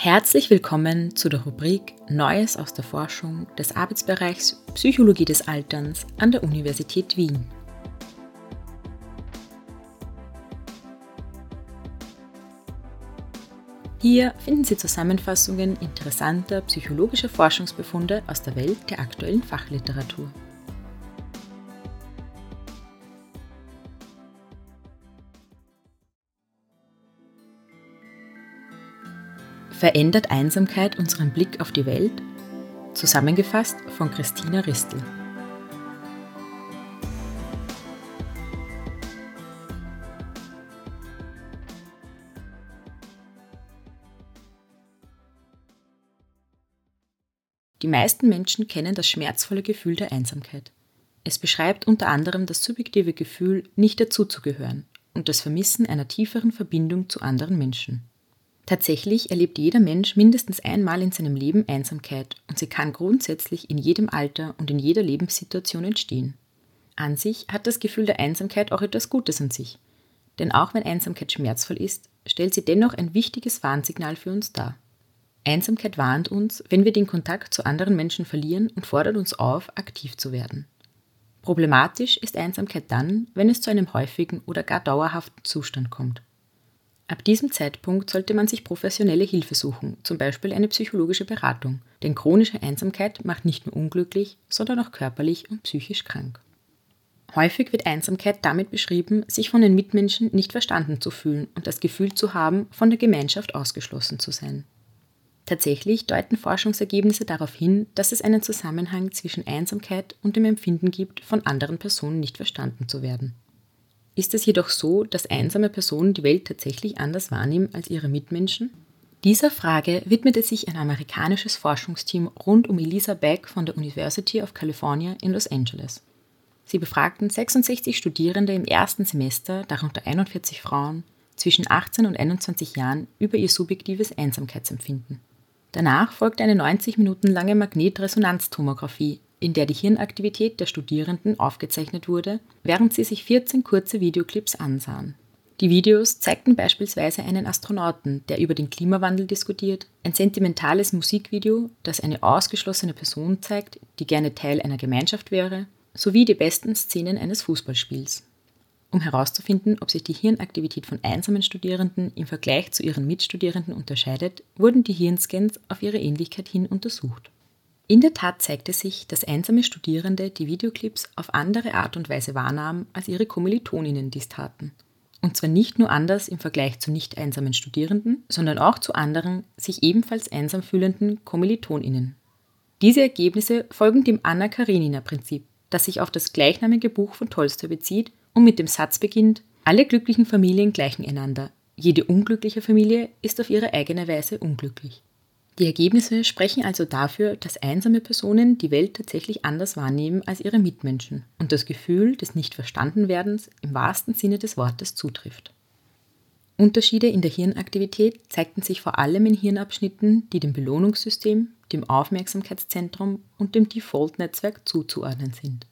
Herzlich willkommen zu der Rubrik Neues aus der Forschung des Arbeitsbereichs Psychologie des Alterns an der Universität Wien. Hier finden Sie Zusammenfassungen interessanter psychologischer Forschungsbefunde aus der Welt der aktuellen Fachliteratur. Verändert Einsamkeit unseren Blick auf die Welt? Zusammengefasst von Christina Ristel. Die meisten Menschen kennen das schmerzvolle Gefühl der Einsamkeit. Es beschreibt unter anderem das subjektive Gefühl, nicht dazuzugehören und das Vermissen einer tieferen Verbindung zu anderen Menschen. Tatsächlich erlebt jeder Mensch mindestens einmal in seinem Leben Einsamkeit und sie kann grundsätzlich in jedem Alter und in jeder Lebenssituation entstehen. An sich hat das Gefühl der Einsamkeit auch etwas Gutes an sich. Denn auch wenn Einsamkeit schmerzvoll ist, stellt sie dennoch ein wichtiges Warnsignal für uns dar. Einsamkeit warnt uns, wenn wir den Kontakt zu anderen Menschen verlieren und fordert uns auf, aktiv zu werden. Problematisch ist Einsamkeit dann, wenn es zu einem häufigen oder gar dauerhaften Zustand kommt. Ab diesem Zeitpunkt sollte man sich professionelle Hilfe suchen, zum Beispiel eine psychologische Beratung, denn chronische Einsamkeit macht nicht nur unglücklich, sondern auch körperlich und psychisch krank. Häufig wird Einsamkeit damit beschrieben, sich von den Mitmenschen nicht verstanden zu fühlen und das Gefühl zu haben, von der Gemeinschaft ausgeschlossen zu sein. Tatsächlich deuten Forschungsergebnisse darauf hin, dass es einen Zusammenhang zwischen Einsamkeit und dem Empfinden gibt, von anderen Personen nicht verstanden zu werden. Ist es jedoch so, dass einsame Personen die Welt tatsächlich anders wahrnehmen als ihre Mitmenschen? Dieser Frage widmete sich ein amerikanisches Forschungsteam rund um Elisa Beck von der University of California in Los Angeles. Sie befragten 66 Studierende im ersten Semester, darunter 41 Frauen, zwischen 18 und 21 Jahren über ihr subjektives Einsamkeitsempfinden. Danach folgte eine 90 Minuten lange Magnetresonanztomographie, in der die Hirnaktivität der Studierenden aufgezeichnet wurde, während sie sich 14 kurze Videoclips ansahen. Die Videos zeigten beispielsweise einen Astronauten, der über den Klimawandel diskutiert, ein sentimentales Musikvideo, das eine ausgeschlossene Person zeigt, die gerne Teil einer Gemeinschaft wäre, sowie die besten Szenen eines Fußballspiels. Um herauszufinden, ob sich die Hirnaktivität von einsamen Studierenden im Vergleich zu ihren Mitstudierenden unterscheidet, wurden die Hirnscans auf ihre Ähnlichkeit hin untersucht. In der Tat zeigte sich, dass einsame Studierende die Videoclips auf andere Art und Weise wahrnahmen, als ihre Kommilitoninnen dies taten. Und zwar nicht nur anders im Vergleich zu nicht einsamen Studierenden, sondern auch zu anderen, sich ebenfalls einsam fühlenden Kommilitoninnen. Diese Ergebnisse folgen dem Anna-Karenina-Prinzip, das sich auf das gleichnamige Buch von Tolstoi bezieht und mit dem Satz beginnt: Alle glücklichen Familien gleichen einander. Jede unglückliche Familie ist auf ihre eigene Weise unglücklich. Die Ergebnisse sprechen also dafür, dass einsame Personen die Welt tatsächlich anders wahrnehmen als ihre Mitmenschen und das Gefühl des Nicht-Verstanden-Werdens im wahrsten Sinne des Wortes zutrifft. Unterschiede in der Hirnaktivität zeigten sich vor allem in Hirnabschnitten, die dem Belohnungssystem, dem Aufmerksamkeitszentrum und dem Default-Netzwerk zuzuordnen sind.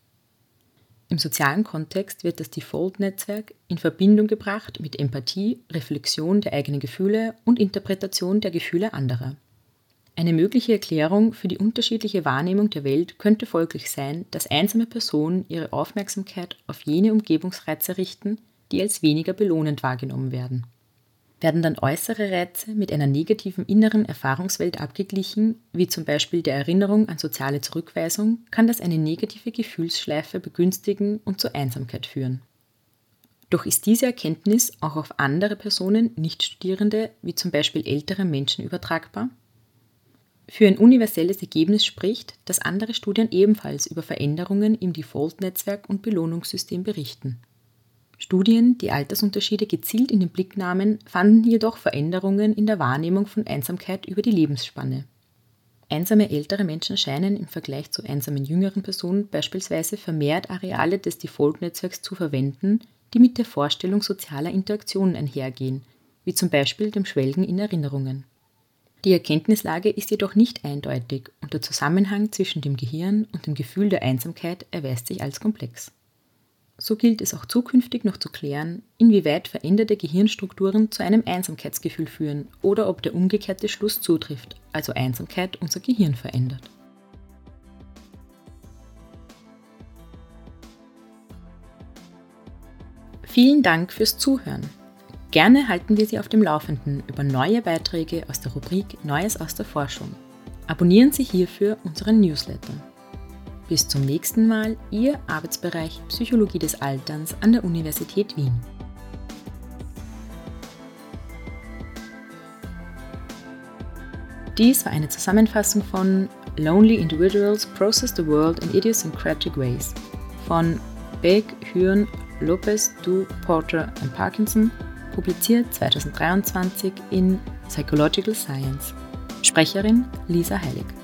Im sozialen Kontext wird das Default-Netzwerk in Verbindung gebracht mit Empathie, Reflexion der eigenen Gefühle und Interpretation der Gefühle anderer. Eine mögliche Erklärung für die unterschiedliche Wahrnehmung der Welt könnte folglich sein, dass einsame Personen ihre Aufmerksamkeit auf jene Umgebungsreize richten, die als weniger belohnend wahrgenommen werden. Werden dann äußere Reize mit einer negativen inneren Erfahrungswelt abgeglichen, wie zum Beispiel der Erinnerung an soziale Zurückweisung, kann das eine negative Gefühlsschleife begünstigen und zur Einsamkeit führen. Doch ist diese Erkenntnis auch auf andere Personen, Nichtstudierende, wie zum Beispiel ältere Menschen übertragbar? Für ein universelles Ergebnis spricht, dass andere Studien ebenfalls über Veränderungen im Default-Netzwerk und Belohnungssystem berichten. Studien, die Altersunterschiede gezielt in den Blick nahmen, fanden jedoch Veränderungen in der Wahrnehmung von Einsamkeit über die Lebensspanne. Einsame ältere Menschen scheinen im Vergleich zu einsamen jüngeren Personen beispielsweise vermehrt Areale des Default-Netzwerks zu verwenden, die mit der Vorstellung sozialer Interaktionen einhergehen, wie zum Beispiel dem Schwelgen in Erinnerungen. Die Erkenntnislage ist jedoch nicht eindeutig und der Zusammenhang zwischen dem Gehirn und dem Gefühl der Einsamkeit erweist sich als komplex. So gilt es auch zukünftig noch zu klären, inwieweit veränderte Gehirnstrukturen zu einem Einsamkeitsgefühl führen oder ob der umgekehrte Schluss zutrifft, also Einsamkeit unser Gehirn verändert. Vielen Dank fürs Zuhören. Gerne halten wir Sie auf dem Laufenden über neue Beiträge aus der Rubrik Neues aus der Forschung. Abonnieren Sie hierfür unseren Newsletter. Bis zum nächsten Mal, Ihr Arbeitsbereich Psychologie des Alterns an der Universität Wien. Dies war eine Zusammenfassung von Lonely Individuals Process the World in Idiosyncratic Ways von Beck, Huon, Lopez, Du, Porter und Parkinson, publiziert 2023 in Psychological Science. Sprecherin Lisa Heilig.